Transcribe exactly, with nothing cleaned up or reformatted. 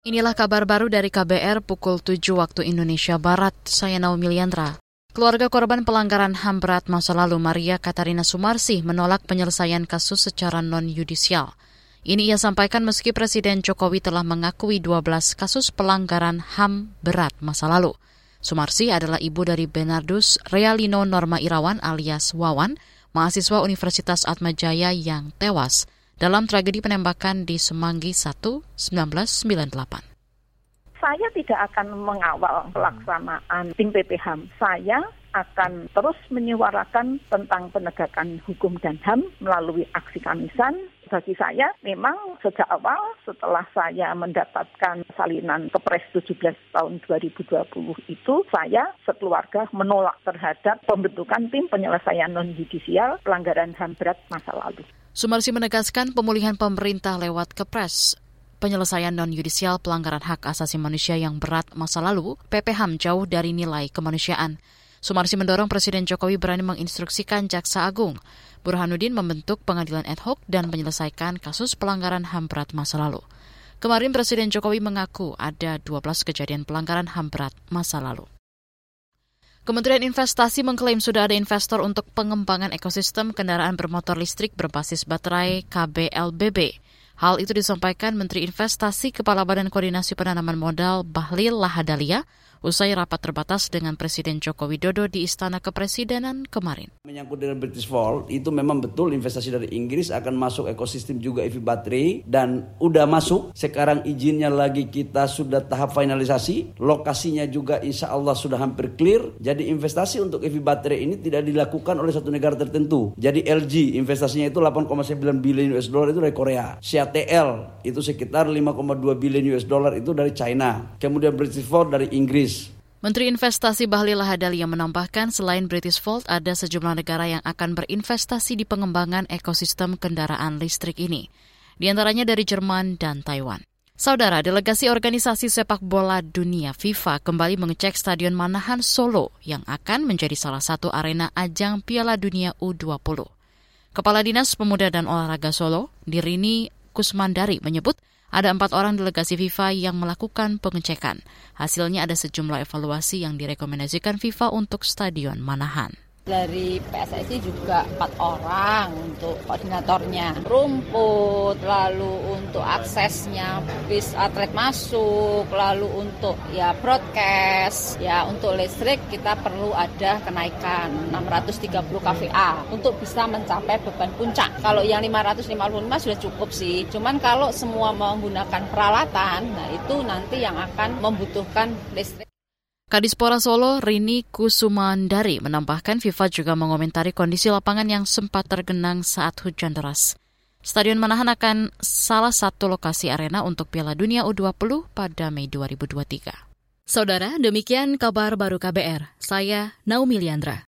Inilah kabar baru dari K B R pukul tujuh waktu Indonesia Barat. Saya Naomi Liandra. Keluarga korban pelanggaran H A M berat masa lalu Maria Katarina Sumarsih menolak penyelesaian kasus secara non-yudisial. Ini ia sampaikan meski Presiden Jokowi telah mengakui dua belas kasus pelanggaran H A M berat masa lalu. Sumarsih adalah ibu dari Bernardus Realino Norma Irawan alias Wawan, mahasiswa Universitas Atmajaya yang tewas dalam tragedi penembakan di Semanggi satu, seribu sembilan ratus sembilan puluh delapan. Saya tidak akan mengawal pelaksanaan tim P P H A M. Saya akan terus menyuarakan tentang penegakan hukum dan H A M melalui aksi Kamisan. Bagi saya, memang sejak awal setelah saya mendapatkan salinan Kepres tujuh belas tahun dua ribu dua puluh itu, saya sekeluarga menolak terhadap pembentukan tim penyelesaian non-yudisial pelanggaran H A M berat masa lalu. Sumarsih menegaskan pemulihan pemerintah lewat Kepres penyelesaian non-yudisial pelanggaran hak asasi manusia yang berat masa lalu, P P H A M jauh dari nilai kemanusiaan. Sumarsih mendorong Presiden Jokowi berani menginstruksikan Jaksa Agung Burhanuddin membentuk pengadilan ad hoc dan menyelesaikan kasus pelanggaran H A M berat masa lalu. Kemarin Presiden Jokowi mengaku ada dua belas kejadian pelanggaran H A M berat masa lalu. Kementerian Investasi mengklaim sudah ada investor untuk pengembangan ekosistem kendaraan bermotor listrik berbasis baterai K B L B B. Hal itu disampaikan Menteri Investasi Kepala Badan Koordinasi Penanaman Modal Bahlil Lahadalia usai rapat terbatas dengan Presiden Joko Widodo di Istana Kepresidenan kemarin. Menyangkut dengan Britishvolt, itu memang betul investasi dari Inggris akan masuk ekosistem juga E V baterai dan udah masuk. Sekarang izinnya lagi kita sudah tahap finalisasi, lokasinya juga insya Allah sudah hampir clear. Jadi investasi untuk E V baterai ini tidak dilakukan oleh satu negara tertentu. Jadi L G investasinya itu delapan koma sembilan billion U S dollar itu dari Korea. C A T L itu sekitar lima koma dua billion U S dollar itu dari China. Kemudian Britishvolt dari Inggris. Menteri Investasi Bahlil Lahadalia menambahkan selain Britishvolt ada sejumlah negara yang akan berinvestasi di pengembangan ekosistem kendaraan listrik ini. Di antaranya dari Jerman dan Taiwan. Saudara, delegasi organisasi sepak bola dunia FIFA kembali mengecek Stadion Manahan Solo yang akan menjadi salah satu arena ajang Piala Dunia U dua puluh. Kepala Dinas Pemuda dan Olahraga Solo, Dirini Kusmandari menyebut ada empat orang delegasi FIFA yang melakukan pengecekan. Hasilnya ada sejumlah evaluasi yang direkomendasikan FIFA untuk Stadion Manahan. Dari P S S I juga empat orang untuk koordinatornya, rumput, lalu untuk aksesnya, bis atlet masuk, lalu untuk ya broadcast, ya untuk listrik kita perlu ada kenaikan enam ratus tiga puluh k V A untuk bisa mencapai beban puncak. Kalau yang lima ratus lima puluh lima sudah cukup sih, cuman kalau semua menggunakan peralatan, nah itu nanti yang akan membutuhkan listrik. Kadispora Solo, Rini Kusumandari, menambahkan FIFA juga mengomentari kondisi lapangan yang sempat tergenang saat hujan deras. Stadion Manahan akan salah satu lokasi arena untuk Piala Dunia U dua puluh pada Mei dua ribu dua puluh tiga. Saudara, demikian kabar baru K B R. Saya Naomi Liandra.